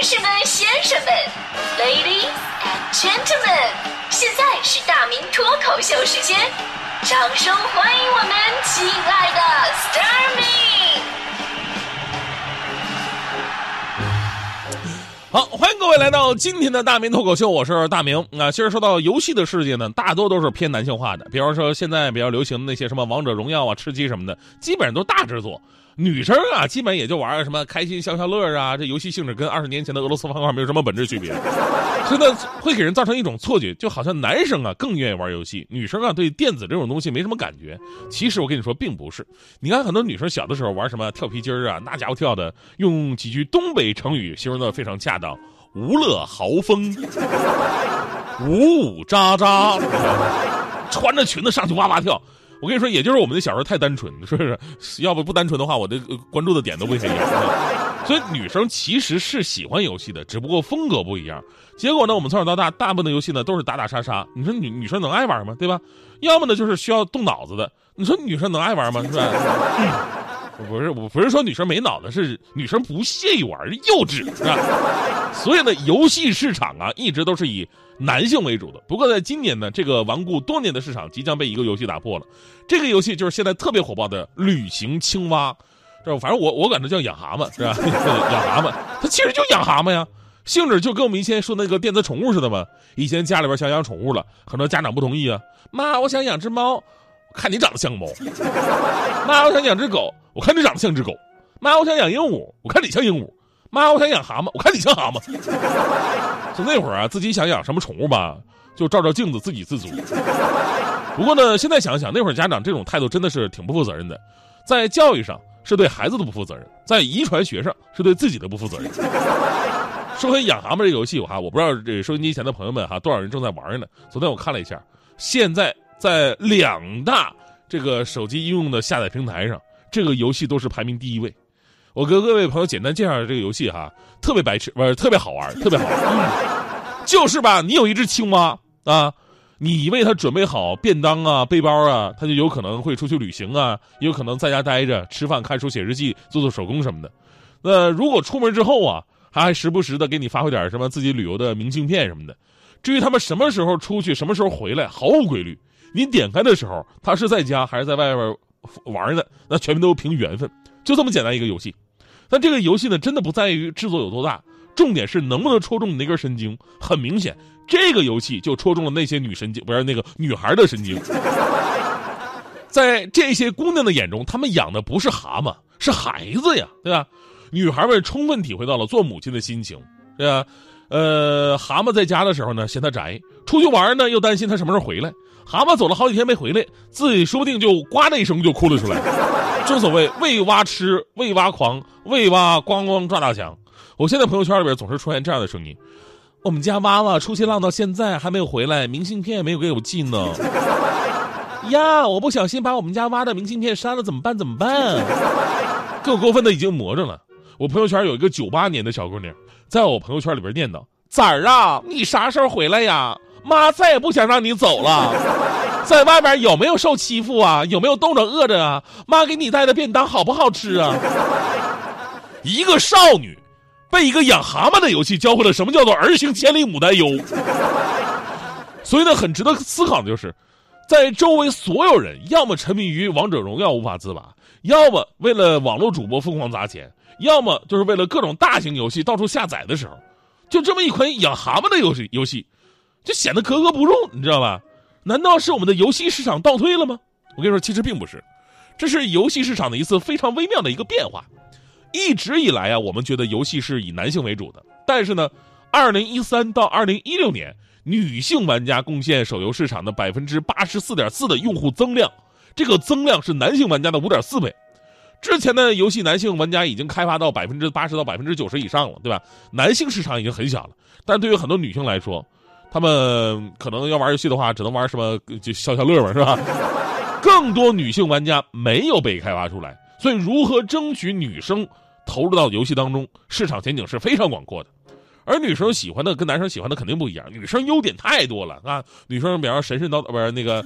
士们、先生们 ，Ladies and Gentlemen， 现在是大明脱口秀时间，掌声欢迎我们亲爱的 Starmin。 好，欢迎各位来到今天的大明脱口秀，我是大明。其实说到游戏的世界呢，大多都是偏男性化的，比方说现在比较流行的那些什么王者荣耀啊、吃鸡什么的，基本上都大制作。女生啊，基本也就玩什么开心消消乐啊，这游戏性质跟20年前的俄罗斯方块没有什么本质区别，所以呢，会给人造成一种错觉，就好像男生啊更愿意玩游戏，女生啊对电子这种东西没什么感觉。其实我跟你说，并不是。你看很多女生小的时候玩什么跳皮筋啊，那家伙跳的，用几句东北成语形容的非常恰当，无乐豪风，舞舞喳喳，穿着裙子上去哇哇跳。我跟你说，也就是我们的小时候太单纯，是不是？要不单纯的话，我的关注的点都不太一样。所以女生其实是喜欢游戏的，只不过风格不一样。结果呢，我们从小到大，大部分的游戏呢都是打打杀杀。你说女生能爱玩吗？对吧？要么呢就是需要动脑子的。你说女生能爱玩吗？是吧？我不是说女生没脑子，是女生不屑于玩，幼稚，是吧？所以呢，游戏市场啊一直都是以男性为主的。不过在今年呢，这个顽固多年的市场即将被一个游戏打破了。这个游戏就是现在特别火爆的旅行青蛙，反正我管它叫养蛤蟆，是吧？养蛤蟆，它其实就养蛤蟆呀，性质就跟我们以前说那个电子宠物似的嘛。以前家里边想养宠物了，很多家长不同意啊，妈，我想养只猫，看你长得像猫；妈，我想养只狗，我看你长得像只狗；妈，我想养鹦鹉，我看你像鹦鹉；妈，我想养蛤蟆，我看你像蛤蟆。就那会儿啊，自己想养什么宠物吧，就照照镜子自给自足。不过呢，现在想想，那会儿家长这种态度真的是挺不负责任的，在教育上是对孩子的不负责任，在遗传学上是对自己的不负责任。说回养蛤蟆这个游戏我不知道这收音机前的朋友们多少人正在玩呢？昨天我看了一下，现在在2大这个手机应用的下载平台上，这个游戏都是排名第1位。我跟各位朋友简单介绍这个游戏特别白痴，不是特别好玩，特别好玩。就是吧，你有一只青蛙啊，你为它准备好便当啊、背包啊，它就有可能会出去旅行啊，也有可能在家待着吃饭、看书、写日记、做手工什么的。那如果出门之后啊，还时不时的给你发回点什么自己旅游的明信片什么的。至于他们什么时候出去、什么时候回来，毫无规律。你点开的时候，他是在家还是在外边玩呢？那全都凭缘分，就这么简单一个游戏。但这个游戏呢，真的不在于制作有多大，重点是能不能戳中你那根神经。很明显，这个游戏就戳中了那些女神经，不是那个女孩的神经。在这些姑娘的眼中，她们养的不是蛤蟆，是孩子呀，对吧？女孩们充分体会到了做母亲的心情，对吧？蛤蟆在家的时候呢，嫌他宅；出去玩呢，又担心他什么时候回来。蛤蟆走了好几天没回来，自己说不定就呱的一声就哭了出来。正所谓为蛙痴，为蛙狂，为蛙咣咣撞大墙。我现在朋友圈里边总是出现这样的声音：我们家娃娃出去浪到现在还没有回来，明信片没有给我寄呢。呀，我不小心把我们家娃的明信片删了，怎么办？怎么办？更过分的已经魔怔了。我朋友圈有一个98年的小姑娘，在我朋友圈里边念叨：崽儿啊，你啥时候回来呀？妈再也不想让你走了。在外边有没有受欺负啊？有没有冻着饿着啊？妈给你带的便当好不好吃啊？一个少女被一个养蛤蟆的游戏教会了什么叫做儿行千里母担忧。所以呢，很值得思考的就是，在周围所有人要么沉迷于王者荣耀无法自拔，要么为了网络主播疯狂砸钱，要么就是为了各种大型游戏到处下载的时候，就这么一款养蛤蟆的游戏就显得格格不入，你知道吧？难道是我们的游戏市场倒退了吗？我跟你说，其实并不是，这是游戏市场的一次非常微妙的一个变化。一直以来我们觉得游戏是以男性为主的，但是呢，2013到2016年，女性玩家贡献手游市场的84.4%的用户增量，这个增量是男性玩家的5.4倍。之前的游戏男性玩家已经开发到80%到90%以上了，对吧？男性市场已经很小了，但对于很多女性来说，他们可能要玩游戏的话，只能玩什么就消消乐嘛，是吧？更多女性玩家没有被开发出来，所以如何争取女生投入到游戏当中，市场前景是非常广阔的。而女生喜欢的跟男生喜欢的肯定不一样，女生优点太多了啊！女生比方说神叨不是那个，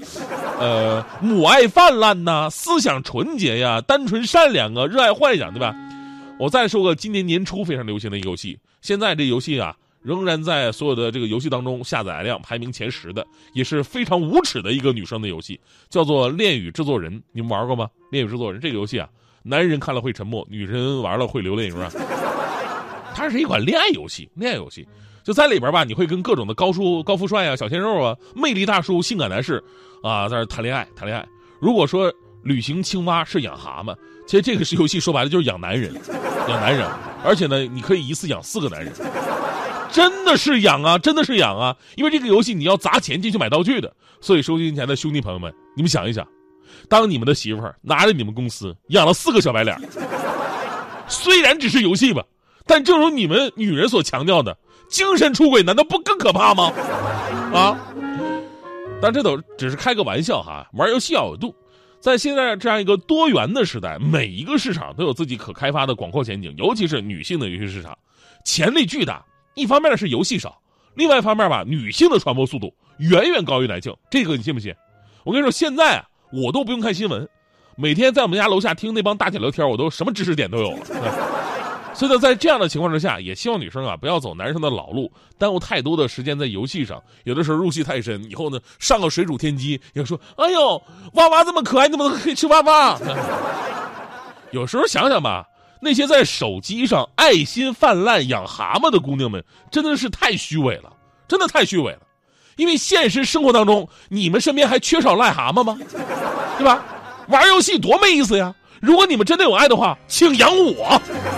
母爱泛滥呐，思想纯洁呀，单纯善良啊，热爱幻想，对吧？ 我再说个今年年初非常流行的一个游戏，现在这游戏啊仍然在所有的这个游戏当中下载量排名前10的，也是非常无耻的一个女生的游戏，叫做《恋与制作人》。你们玩过吗？《恋与制作人》这个游戏啊，男人看了会沉默，女人玩了会流泪，是吧？它是一款恋爱游戏，就在里边吧，你会跟各种的高富帅啊、小鲜肉啊、魅力大叔、性感男士啊在那谈恋爱。如果说旅行青蛙是养蛤蟆，其实这个游戏说白了就是养男人，而且呢，你可以一次养4个男人，真的是养啊！因为这个游戏你要砸钱进去买道具的，所以收听前的兄弟朋友们，你们想一想，当你们的媳妇儿拿着你们公司养了4个小白脸，虽然只是游戏吧，但正如你们女人所强调的，精神出轨难道不更可怕吗？啊！但这都只是开个玩笑哈，玩游戏要有度。在现在这样一个多元的时代，每一个市场都有自己可开发的广阔前景，尤其是女性的游戏市场，潜力巨大。一方面是游戏少，另外一方面吧，女性的传播速度远远高于男性，这个你信不信？我跟你说，现在啊，我都不用看新闻，每天在我们家楼下听那帮大姐聊天，我都什么知识点都有了。所以呢，在这样的情况之下，也希望女生啊不要走男生的老路，耽误太多的时间在游戏上。有的时候入戏太深，以后呢上个水煮天机，也说哎呦，娃娃这么可爱，你怎么可以吃娃娃？有时候想想吧，那些在手机上爱心泛滥养蛤蟆的姑娘们，真的是太虚伪了，真的太虚伪了。因为现实生活当中，你们身边还缺少癞蛤蟆吗？对吧？玩游戏多没意思呀！如果你们真的有爱的话，请养我。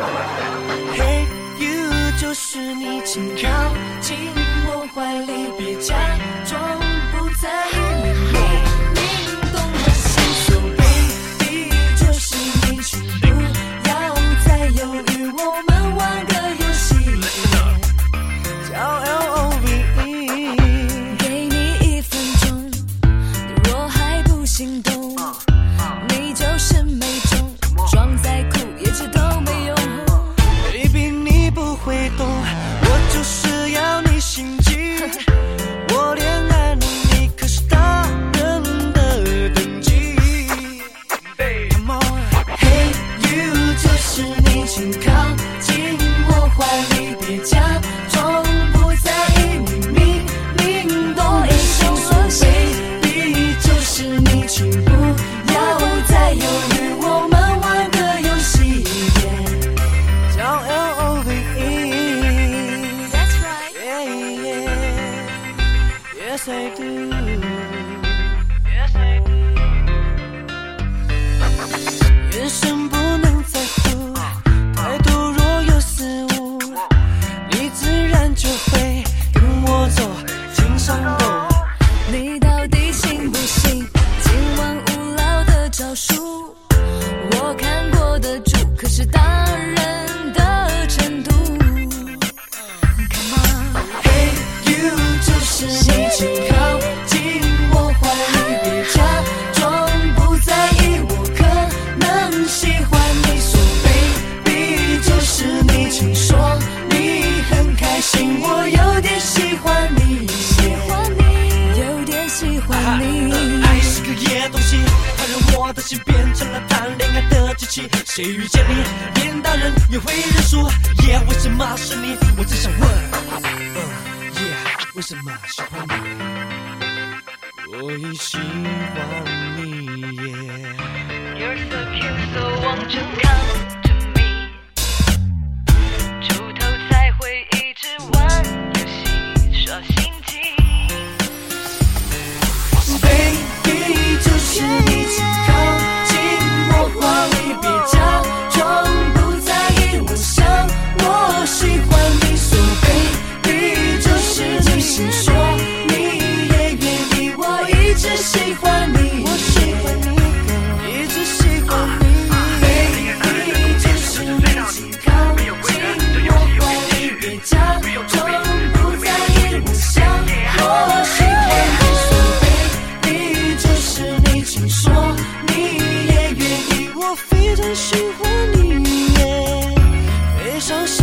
Hey you， 就是你，请靠近我怀里，别假装不在意，你懂我心。So baby， 就是你，请不要再犹豫，我们玩个游戏，叫 LOVE。给你1分钟，对我还不心动，你就是没中，装再酷也知都没用。Baby， 你不会懂，我就是要你心机。我恋爱了，你可是大人的等级。Come on，Hey you， 就是你，请靠近我怀里，别假装不在意，明懂我心所，Baby， 就是你，请不要再犹豫，我们玩个游戏，叫 LOVE。That's right. Yes I do. Yes I do. 眼神不能在乎，态度若有似无，你自然就会跟我走进上头。你到底信不信今晚无聊的招数？我看过的主可是大人的程度。Come on，Hey you， 就是你，请靠近我怀里，别假装不在意，我可能喜欢你。So baby， 就是你，请说你很开心，我有点喜欢你，有点喜欢你。爱是个野东西，它让我的心变成了谈恋爱的机器。谁遇见你，连大人也会认输。为什么是你？我只想问，为什么喜欢你？我也喜欢你。You're so cute, so won't you come to me？ 出头才会一直玩游戏，耍心机。Baby， 就是你，请靠近我怀里，别假装不在意，我想我喜欢你。So baby， 就是你，请说你也愿意，我一直喜欢你，我喜欢你，一直喜欢你。Baby， 就是你，请靠近我怀里，别假装不在意，我想我喜欢你。请说你也愿意，我非常喜欢你，非常喜